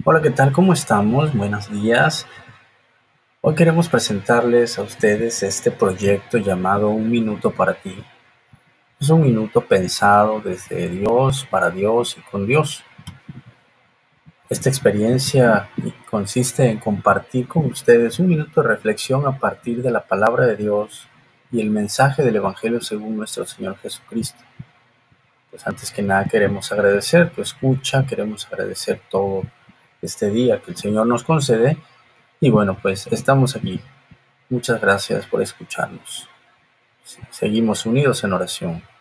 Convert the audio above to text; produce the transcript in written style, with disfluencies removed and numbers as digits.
Hola, ¿qué tal? ¿Cómo estamos? Buenos días. Hoy queremos presentarles a ustedes este proyecto llamado Un Minuto para Ti. Es un minuto pensado desde Dios, para Dios y con Dios. Esta experiencia consiste en compartir con ustedes un minuto de reflexión a partir de la palabra de Dios y el mensaje del Evangelio según nuestro Señor Jesucristo. Pues antes que nada queremos agradecer tu escucha, queremos agradecer todo este día que el Señor nos concede. Y bueno, pues estamos aquí. Muchas gracias por escucharnos. Seguimos unidos en oración.